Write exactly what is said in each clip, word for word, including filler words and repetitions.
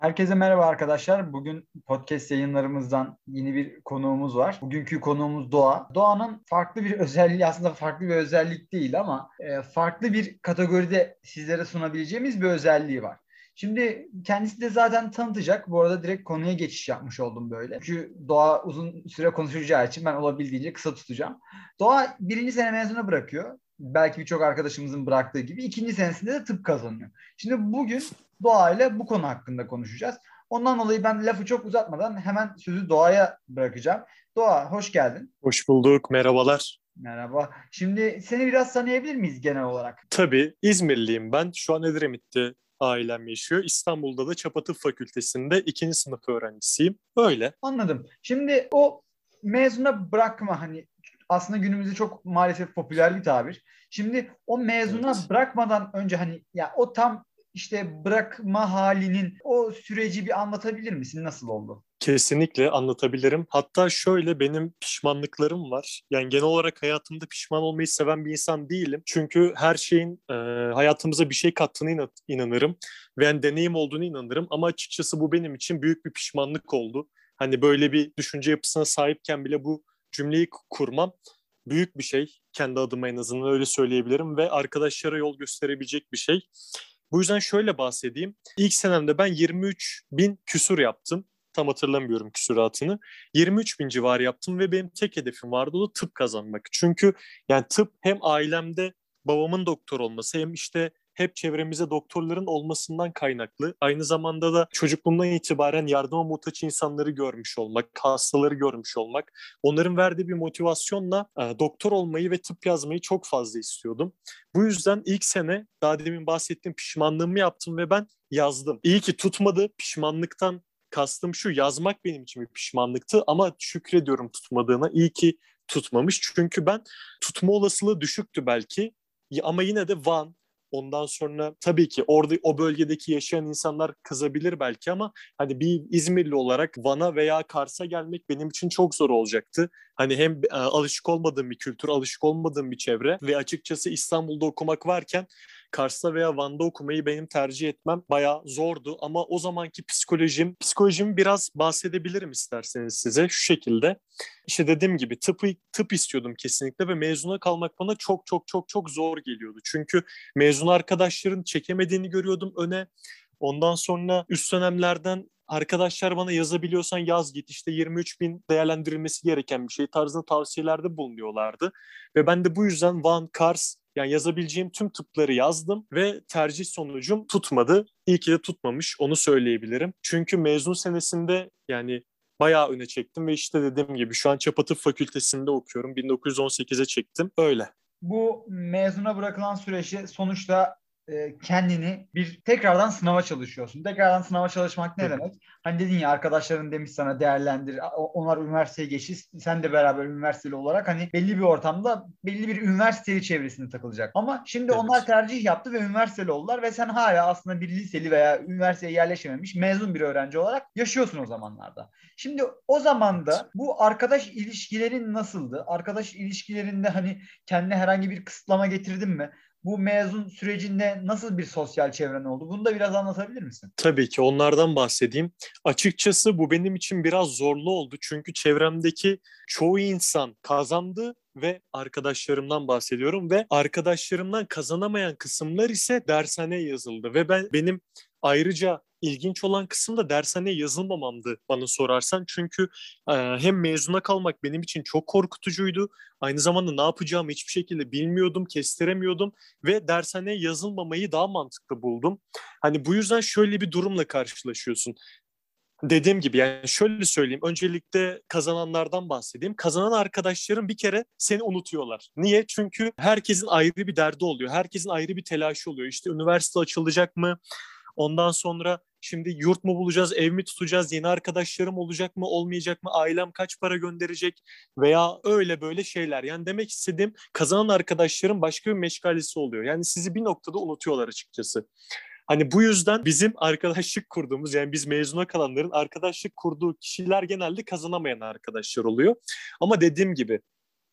Herkese merhaba arkadaşlar. Bugün podcast yayınlarımızdan yeni bir konuğumuz var. Bugünkü konuğumuz Doğa. Doğanın farklı bir özelliği, aslında farklı bir özellik değil ama e, farklı bir kategoride sizlere sunabileceğimiz bir özelliği var. Şimdi kendisi de zaten tanıtacak. Bu arada direkt konuya geçiş yapmış oldum böyle. Çünkü Doğa uzun süre konuşacağı için ben olabildiğince kısa tutacağım. Doğa birinci sene mezunu bırakıyor. Belki birçok arkadaşımızın bıraktığı gibi ikinci senesinde de tıp kazanıyor. Şimdi bugün Doğa ile bu konu hakkında konuşacağız. Ondan dolayı ben lafı çok uzatmadan hemen sözü Doğa'ya bırakacağım. Doğa, hoş geldin. Hoş bulduk, merhabalar. Merhaba. Şimdi seni biraz tanıyabilir miyiz genel olarak? Tabii İzmirliyim ben. Şu an Edremit'te ailem yaşıyor. İstanbul'da da Çapa Tıp Fakültesi'nde ikinci sınıf öğrencisiyim. Öyle. Anladım. Şimdi o mezuna bırakma, hani aslında günümüzde çok maalesef popüler bir tabir. Şimdi o mezuna Evet. bırakmadan önce hani ya o tam işte bırakma halinin o süreci bir anlatabilir misin? Nasıl oldu? Kesinlikle anlatabilirim. Hatta şöyle benim pişmanlıklarım var. Yani genel olarak hayatımda pişman olmayı seven bir insan değilim. Çünkü her şeyin e, hayatımıza bir şey kattığına inan- inanırım. Ve yani deneyim olduğunu inanırım. Ama açıkçası bu benim için büyük bir pişmanlık oldu. Hani böyle bir düşünce yapısına sahipken bile bu cümleyi kurmam büyük bir şey. Kendi adıma en azından öyle söyleyebilirim. Ve arkadaşlara yol gösterebilecek bir şey. Bu yüzden şöyle bahsedeyim. İlk senemde ben yirmi üç bin küsur yaptım. Tam hatırlamıyorum küsuratını. yirmi üç bin civarı yaptım ve benim tek hedefim vardı, o da tıp kazanmak. Çünkü yani tıp hem ailemde babamın doktor olması hem işte hep çevremizde doktorların olmasından kaynaklı. Aynı zamanda da çocukluğumdan itibaren yardıma muhtaç insanları görmüş olmak, hastaları görmüş olmak, onların verdiği bir motivasyonla e, doktor olmayı ve tıp yazmayı çok fazla istiyordum. Bu yüzden ilk sene daha demin bahsettiğim pişmanlığımı yaptım ve ben yazdım. İyi ki tutmadı. Pişmanlıktan kastım şu: yazmak benim için bir pişmanlıktı ama şükrediyorum tutmadığına. İyi ki tutmamış. Çünkü ben tutma olasılığı düşüktü belki. Ama yine de Van, ondan sonra tabii ki orada o bölgedeki yaşayan insanlar kızabilir belki ama hani bir İzmirli olarak Van'a veya Kars'a gelmek benim için çok zor olacaktı. Hani hem e, alışık olmadığım bir kültür, alışık olmadığım bir çevre ve açıkçası İstanbul'da okumak varken Kars'ta veya Van'da okumayı benim tercih etmem bayağı zordu. Ama o zamanki psikolojim, psikolojimi biraz bahsedebilirim isterseniz size şu şekilde. İşte dediğim gibi tıpı, tıp istiyordum kesinlikle ve mezuna kalmak bana çok çok çok çok zor geliyordu. Çünkü mezun arkadaşların çekemediğini görüyordum öne. Ondan sonra üst dönemlerden arkadaşlar bana yazabiliyorsan yaz git, işte yirmi üç bin değerlendirilmesi gereken bir şey tarzında tavsiyelerde bulunuyorlardı. Ve ben de bu yüzden Van, Kars, yani yazabileceğim tüm tıpları yazdım ve tercih sonucum tutmadı. İyi ki de tutmamış, onu söyleyebilirim. Çünkü mezun senesinde yani bayağı öne çektim ve işte dediğim gibi şu an Çapa Tıp Fakültesi'nde okuyorum. bin dokuz yüz on sekize çektim. Öyle. Bu mezuna bırakılan süreçte sonuçta e, kendini bir tekrardan sınava çalışıyorsun. Tekrardan sınava çalışmak Hı ne hı. demek? Hani dedin ya, arkadaşların demiş sana değerlendir. O- Onlar üniversiteye geçti. Sen de beraber üniversiteli olarak hani belli bir ortamda belli bir üniversiteli çevresinde takılacak. Ama şimdi onlar Evet. tercih yaptı ve üniversiteli oldular ve sen hala aslında bir liseli veya üniversiteye yerleşememiş mezun bir öğrenci olarak yaşıyorsun o zamanlarda. Şimdi o zaman Evet. da bu arkadaş ilişkilerin nasıldı? Arkadaş ilişkilerinde hani kendine herhangi bir kısıtlama getirdin mi? Bu mezun sürecinde nasıl bir sosyal çevren oldu? Bunu da biraz anlatabilir misin? Tabii ki onlardan bahsedeyim. Açıkçası bu benim için biraz zorlu oldu. Çünkü çevremdeki çoğu insan kazandı ve arkadaşlarımdan bahsediyorum ve arkadaşlarımdan kazanamayan kısımlar ise dershaneye yazıldı ve ben benim ayrıca ilginç olan kısım da dershaneye yazılmamamdı bana sorarsan. Çünkü e, hem mezuna kalmak benim için çok korkutucuydu. Aynı zamanda ne yapacağımı hiçbir şekilde bilmiyordum, kestiremiyordum ve dershaneye yazılmamayı daha mantıklı buldum. Hani bu yüzden şöyle bir durumla karşılaşıyorsun. Dediğim gibi yani şöyle söyleyeyim. Öncelikle kazananlardan bahsedeyim. Kazanan arkadaşlarım bir kere seni unutuyorlar. Niye? Çünkü herkesin ayrı bir derdi oluyor. Herkesin ayrı bir telaşı oluyor. İşte üniversite açılacak mı? Ondan sonra şimdi yurt mu bulacağız, ev mi tutacağız, yeni arkadaşlarım olacak mı, olmayacak mı, ailem kaç para gönderecek veya öyle böyle şeyler. Yani demek istediğim, kazanan arkadaşlarım başka bir meşgalesi oluyor. Yani sizi bir noktada unutuyorlar açıkçası. Hani bu yüzden bizim arkadaşlık kurduğumuz, yani biz mezuna kalanların arkadaşlık kurduğu kişiler genelde kazanamayan arkadaşlar oluyor. Ama dediğim gibi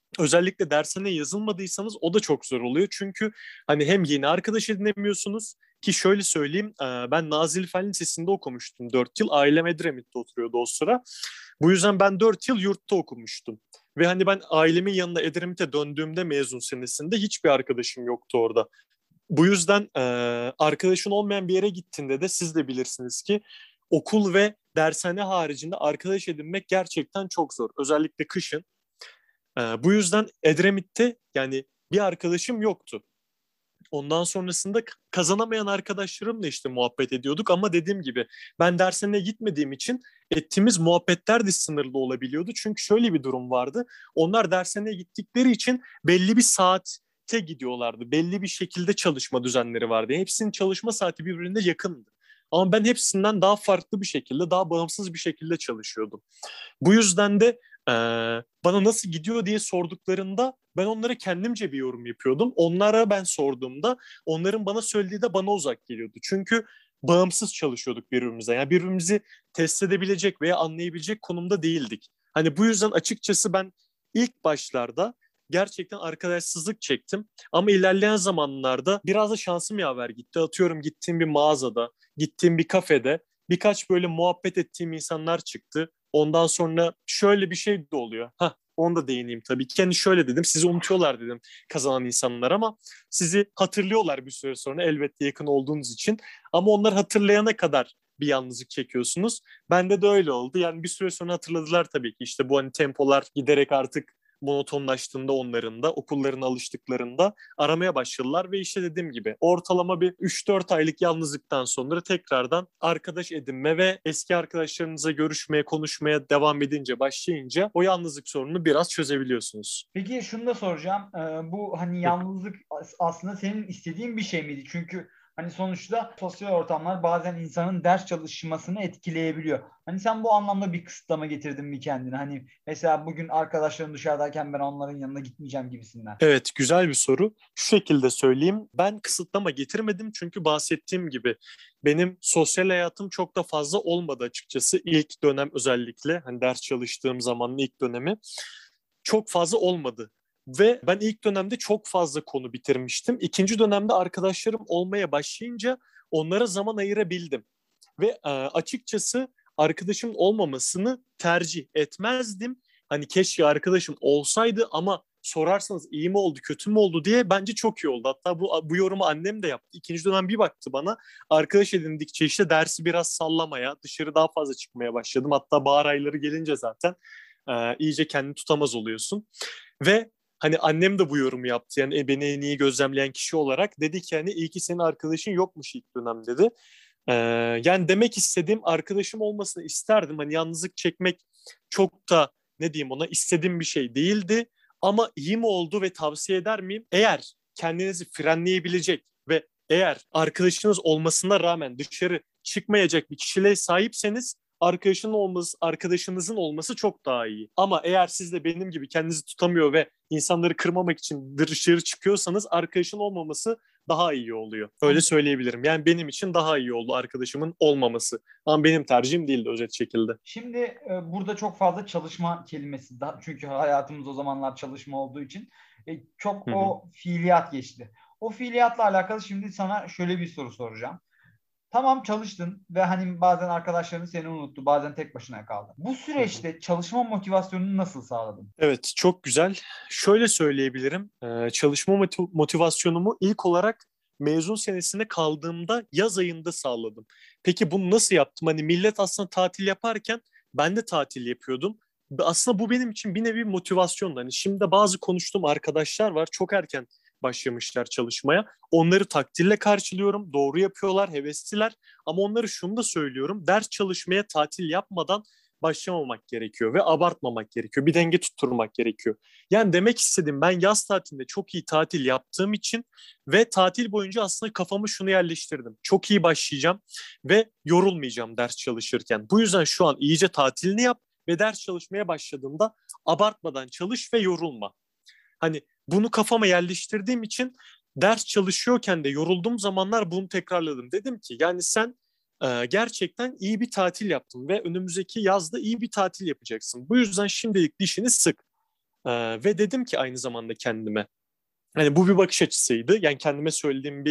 özellikle dersine yazılmadıysanız o da çok zor oluyor. Çünkü hani hem yeni arkadaş edinemiyorsunuz Ki şöyle söyleyeyim, ben Nazilli Fen Lisesi'nde okumuştum dört yıl. Ailem Edremit'te oturuyordu o sıra. Bu yüzden ben dört yıl yurtta okumuştum. Ve hani ben ailemin yanına Edremit'e döndüğümde mezun senesinde hiçbir arkadaşım yoktu orada. Bu yüzden e, arkadaşın olmayan bir yere gittiğinde de siz de bilirsiniz ki okul ve dershane haricinde arkadaş edinmek gerçekten çok zor. Özellikle kışın. E, bu yüzden Edremit'te yani bir arkadaşım yoktu. Ondan sonrasında kazanamayan arkadaşlarımla işte muhabbet ediyorduk ama dediğim gibi ben dershaneye gitmediğim için ettiğimiz muhabbetler de sınırlı olabiliyordu. Çünkü şöyle bir durum vardı. Onlar dershaneye gittikleri için belli bir saatte gidiyorlardı. Belli bir şekilde çalışma düzenleri vardı. Hepsinin çalışma saati birbirine yakındı. Ama ben hepsinden daha farklı bir şekilde, daha bağımsız bir şekilde çalışıyordum. Bu yüzden de e, bana nasıl gidiyor diye sorduklarında ben onlara kendimce bir yorum yapıyordum. Onlara ben sorduğumda onların bana söylediği de bana uzak geliyordu. Çünkü bağımsız çalışıyorduk birbirimize. Yani birbirimizi test edebilecek veya anlayabilecek konumda değildik. Hani bu yüzden açıkçası ben ilk başlarda gerçekten arkadaşsızlık çektim. Ama ilerleyen zamanlarda biraz da şansım yaver gitti. Atıyorum gittiğim bir mağazada, gittiğim bir kafede birkaç böyle muhabbet ettiğim insanlar çıktı. Ondan sonra şöyle bir şey de oluyor. Hah, onu da değineyim tabii ki. Yani şöyle dedim, sizi unutuyorlar dedim kazanan insanlar ama sizi hatırlıyorlar bir süre sonra elbette yakın olduğunuz için. Ama onlar hatırlayana kadar bir yalnızlık çekiyorsunuz. Bende de öyle oldu. Yani bir süre sonra hatırladılar tabii ki. İşte bu hani tempolar giderek artık monotonlaştığında onların da okullarına alıştıklarında aramaya başladılar ve işte dediğim gibi ortalama bir üç dört aylık yalnızlıktan sonra tekrardan arkadaş edinme ve eski arkadaşlarınıza görüşmeye, konuşmaya devam edince, başlayınca o yalnızlık sorununu biraz çözebiliyorsunuz. Peki şunu da soracağım. Ee, bu hani yalnızlık aslında senin istediğin bir şey miydi? Çünkü hani sonuçta sosyal ortamlar bazen insanın ders çalışmasını etkileyebiliyor. Hani sen bu anlamda bir kısıtlama getirdin mi kendine? Hani mesela bugün arkadaşlarım dışarıdayken ben onların yanına gitmeyeceğim gibisinden. Evet, güzel bir soru. Şu şekilde söyleyeyim. Ben kısıtlama getirmedim çünkü bahsettiğim gibi benim sosyal hayatım çok da fazla olmadı açıkçası. İlk dönem özellikle hani ders çalıştığım zamanın ilk dönemi çok fazla olmadı. Ve ben ilk dönemde çok fazla konu bitirmiştim. İkinci dönemde arkadaşlarım olmaya başlayınca onlara zaman ayırabildim. Ve e, açıkçası arkadaşım olmamasını tercih etmezdim. Hani keşke arkadaşım olsaydı ama sorarsanız iyi mi oldu, kötü mü oldu diye bence çok iyi oldu. Hatta bu bu yorumu annem de yaptı. İkinci dönem bir baktı bana. Arkadaş edindikçe işte dersi biraz sallamaya, dışarı daha fazla çıkmaya başladım. Hatta bahar ayları gelince zaten e, iyice kendini tutamaz oluyorsun. Ve hani annem de bu yorumu yaptı. Yani e, beni en iyi gözlemleyen kişi olarak dedi ki hani iyi ki senin arkadaşın yokmuş ilk dönem dedi. Ee, yani demek istediğim arkadaşım olmasını isterdim. Hani yalnızlık çekmek çok da ne diyeyim ona istediğim bir şey değildi. Ama iyi mi oldu ve tavsiye eder miyim? Eğer kendinizi frenleyebilecek ve eğer arkadaşınız olmasına rağmen dışarı çıkmayacak bir kişiliğe sahipseniz arkadaşının olması, arkadaşınızın olması çok daha iyi. Ama eğer siz de benim gibi kendinizi tutamıyor ve insanları kırmamak için dışarı çıkıyorsanız arkadaşın olmaması daha iyi oluyor. Öyle söyleyebilirim. Yani benim için daha iyi oldu arkadaşımın olmaması. Ama benim tercihim değildi özet şekilde. Şimdi e, burada çok fazla çalışma kelimesi da çünkü hayatımız o zamanlar çalışma olduğu için e, çok Hı hı. o fiiliyat geçti. O fiiliyatla alakalı şimdi sana şöyle bir soru soracağım. Tamam çalıştın ve hani bazen arkadaşların seni unuttu, bazen tek başına kaldın. Bu Hı hı. süreçte çalışma motivasyonunu nasıl sağladın? Evet, çok güzel. Şöyle söyleyebilirim. Ee, çalışma motiv- motivasyonumu ilk olarak mezun senesinde kaldığımda yaz ayında sağladım. Peki bunu nasıl yaptım? Hani millet aslında tatil yaparken ben de tatil yapıyordum. Aslında bu benim için bir nevi motivasyondu. Hani şimdi de bazı konuştuğum arkadaşlar var. Çok erken başlamışlar çalışmaya. Onları takdirle karşılıyorum. Doğru yapıyorlar, hevesliler. Ama onları şunu da söylüyorum. Ders çalışmaya tatil yapmadan başlamamak gerekiyor ve abartmamak gerekiyor. Bir denge tutturmak gerekiyor. Yani demek istediğim ben yaz tatilinde çok iyi tatil yaptığım için ve tatil boyunca aslında kafamı şunu yerleştirdim. Çok iyi başlayacağım ve yorulmayacağım ders çalışırken. Bu yüzden şu an iyice tatilini yap ve ders çalışmaya başladığında abartmadan çalış ve yorulma. Hani bunu kafama yerleştirdiğim için ders çalışıyorken de yorulduğum zamanlar bunu tekrarladım. Dedim ki yani sen e, gerçekten iyi bir tatil yaptın ve önümüzdeki yazda iyi bir tatil yapacaksın. Bu yüzden şimdilik dişini sık. E, ve dedim ki aynı zamanda kendime. Hani bu bir bakış açısıydı. Yani kendime söylediğim bir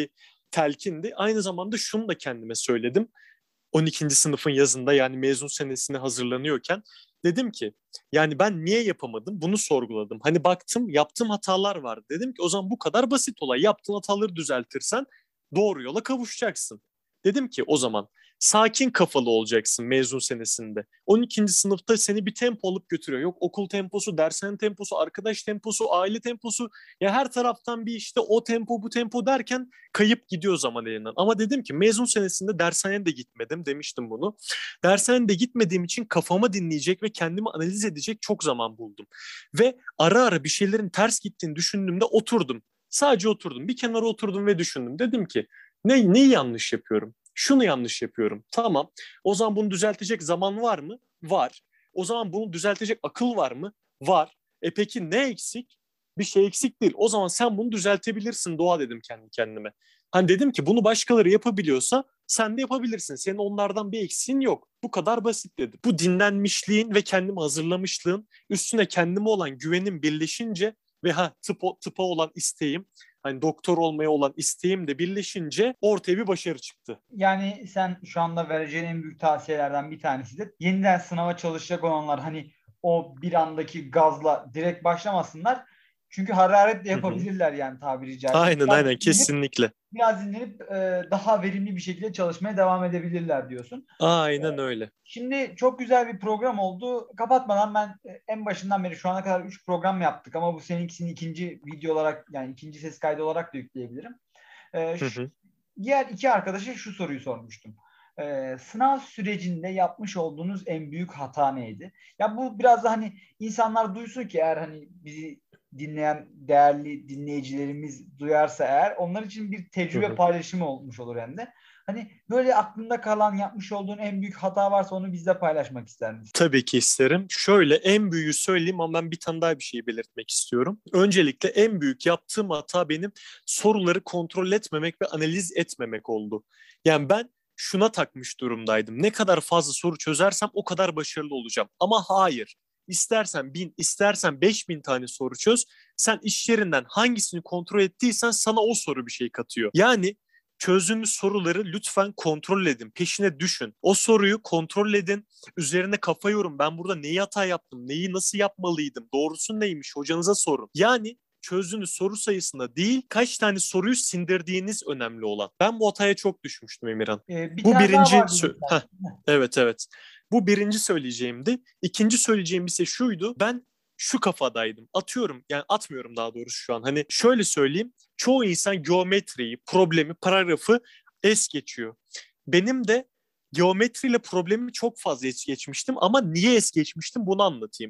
telkindi. Aynı zamanda şunu da kendime söyledim. on ikinci sınıfın yazında, yani mezun senesine hazırlanıyorken dedim ki yani ben niye yapamadım, bunu sorguladım. Hani baktım yaptığım hatalar var. Dedim ki o zaman bu kadar basit olay. Yaptığın hataları düzeltirsen doğru yola kavuşacaksın. Dedim ki o zaman sakin kafalı olacaksın mezun senesinde. on ikinci sınıfta seni bir tempo alıp götürüyor. Yok okul temposu, dershane temposu, arkadaş temposu, aile temposu. Ya her taraftan bir işte o tempo bu tempo derken kayıp gidiyor zaman elinden. Ama dedim ki mezun senesinde dershaneye de gitmedim, demiştim bunu. Dershaneye de gitmediğim için kafama dinleyecek ve kendimi analiz edecek çok zaman buldum. Ve ara ara bir şeylerin ters gittiğini düşündüğümde oturdum. Sadece oturdum. Bir kenara oturdum ve düşündüm. Dedim ki ne, neyi yanlış yapıyorum? Şunu yanlış yapıyorum. Tamam. O zaman bunu düzeltecek zaman var mı? Var. O zaman bunu düzeltecek akıl var mı? Var. E peki ne eksik? Bir şey eksik değil. O zaman sen bunu düzeltebilirsin Doğa, dedim kendi kendime. Hani dedim ki bunu başkaları yapabiliyorsa sen de yapabilirsin. Senin onlardan bir eksiğin yok. Bu kadar basit dedim. Bu dinlenmişliğin ve kendimi hazırlamışlığın üstüne kendime olan güvenim birleşince ve ha tıpa, tıpa olan isteğim, hani doktor olmaya olan isteğim de birleşince ortaya bir başarı çıktı. Yani sen şu anda vereceğin en büyük tavsiyelerden bir tanesi de yeniden sınava çalışacak olanlar hani o bir andaki gazla direkt başlamasınlar. Çünkü hararetle Hı hı. yapabilirler yani tabiri caizse. Aynen Biraz aynen dinlenip, kesinlikle. biraz dinlenip e, daha verimli bir şekilde çalışmaya devam edebilirler diyorsun. Aynen öyle. Şimdi çok güzel bir program oldu. Kapatmadan ben e, en başından beri şu ana kadar üç program yaptık ama bu seninkisini ikinci video olarak yani ikinci ses kaydı olarak da yükleyebilirim. E, Hı şu, hı. diğer iki arkadaşa şu soruyu sormuştum. E, sınav sürecinde yapmış olduğunuz en büyük hata neydi? Ya bu biraz da hani insanlar duysun ki eğer hani bizi dinleyen değerli dinleyicilerimiz duyarsa eğer onlar için bir Hı tecrübe hı. paylaşımı olmuş olur hem de. Hani böyle aklında kalan yapmış olduğun en büyük hata varsa onu bizle paylaşmak ister misin? Tabii ki isterim. Şöyle en büyüğü söyleyeyim ama ben bir tane daha bir şey belirtmek istiyorum. Öncelikle en büyük yaptığım hata benim soruları kontrol etmemek ve analiz etmemek oldu. Yani ben şuna takmış durumdaydım. Ne kadar fazla soru çözersem o kadar başarılı olacağım. Ama hayır. İstersen bin, istersen beş bin tane soru çöz. Sen iş yerinden hangisini kontrol ettiysen sana o soru bir şey katıyor. Yani çözdüğümüz soruları lütfen kontrol edin. Peşine düşün. O soruyu kontrol edin. Üzerine kafa yorum. Ben burada neyi hata yaptım? Neyi nasıl yapmalıydım? Doğrusu neymiş? Hocanıza sorun. Yani çözdüğünüz soru sayısında değil, kaç tane soruyu sindirdiğiniz önemli olan. Ben bu hataya çok düşmüştüm Emirhan. Ee, bir Bu tane daha birinci... var dedin Sö- Heh, sen. evet evet. Bu birinci söyleyeceğimdi. İkinci söyleyeceğim ise şuydu. Ben şu kafadaydım. Atıyorum yani atmıyorum daha doğrusu şu an. Hani şöyle söyleyeyim. Çoğu insan geometriyi, problemi, paragrafı es geçiyor. Benim de geometriyle problemi çok fazla es geçmiştim ama niye es geçmiştim bunu anlatayım.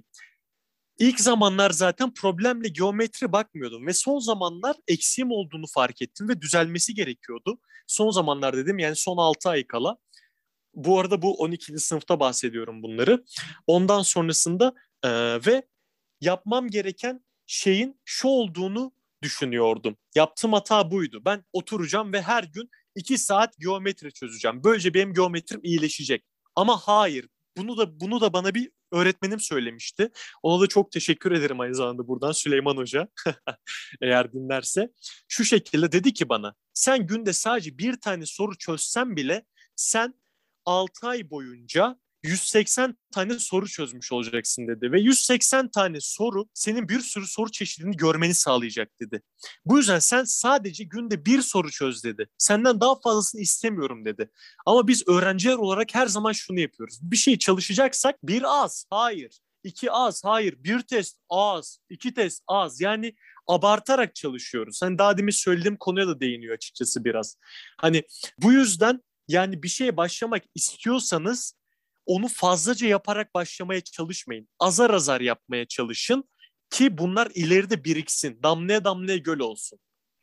İlk zamanlar zaten problemle geometri bakmıyordum ve son zamanlar eksiğim olduğunu fark ettim ve düzelmesi gerekiyordu. Son zamanlar dedim yani son altı ay kala. Bu arada bu on ikinci sınıfta bahsediyorum bunları. Ondan sonrasında e, ve yapmam gereken şeyin şu olduğunu düşünüyordum. Yaptığım hata buydu. Ben oturacağım ve her gün iki saat geometri çözeceğim. Böylece benim geometrim iyileşecek. Ama hayır. Bunu da bunu da bana bir öğretmenim söylemişti. Ona da çok teşekkür ederim aynı zamanda buradan Süleyman Hoca. Eğer dinlerse. Şu şekilde dedi ki bana sen günde sadece bir tane soru çözsen bile sen altı ay boyunca yüz seksen tane soru çözmüş olacaksın dedi. Ve yüz seksen tane soru senin bir sürü soru çeşidini görmeni sağlayacak dedi. Bu yüzden sen sadece günde bir soru çöz dedi. Senden daha fazlasını istemiyorum dedi. Ama biz öğrenciler olarak her zaman şunu yapıyoruz. Bir şey çalışacaksak bir az, hayır. İki az, hayır. Bir test az, iki test az. Yani abartarak çalışıyoruz. Hani daha demin söylediğim konuya da değiniyor açıkçası biraz. Hani bu yüzden yani bir şeye başlamak istiyorsanız onu fazlaca yaparak başlamaya çalışmayın. Azar azar yapmaya çalışın ki bunlar ileride biriksin. Damlaya damlaya göl olsun.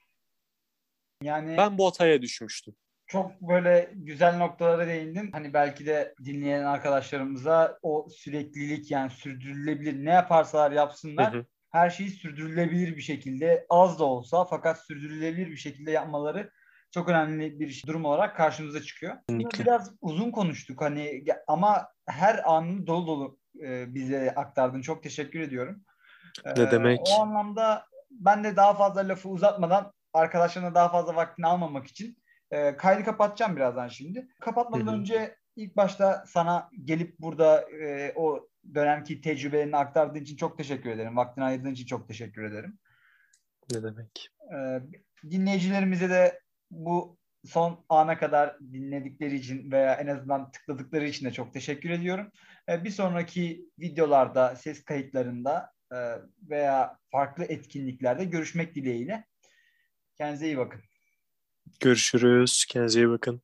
Yani Ben bu hataya düşmüştüm. çok böyle güzel noktalara değindin. Hani belki de dinleyen arkadaşlarımıza o süreklilik yani sürdürülebilir ne yaparsalar Hı yapsınlar hı. her şeyi sürdürülebilir bir şekilde az da olsa fakat sürdürülebilir bir şekilde yapmaları çok önemli bir durum olarak karşımıza çıkıyor. Bunu Kesinlikle. biraz uzun konuştuk hani ama her anını dolu dolu e, bize aktardın. Çok teşekkür ediyorum. E, Ne o demek? anlamda ben de daha fazla lafı uzatmadan arkadaşlarına daha fazla vaktini almamak için E, kaydı kapatacağım birazdan şimdi. Kapatmadan Hı hı. önce ilk başta sana gelip burada e, o dönemki tecrübelerini aktardığın için çok teşekkür ederim. Vaktini ayırdığın için çok teşekkür ederim. Ne demek? E, dinleyicilerimize de bu son ana kadar dinledikleri için veya en azından tıkladıkları için de çok teşekkür ediyorum. E, bir sonraki videolarda, ses kayıtlarında e, veya farklı etkinliklerde görüşmek dileğiyle. Kendinize iyi bakın. Görüşürüz. Kendinize iyi bakın.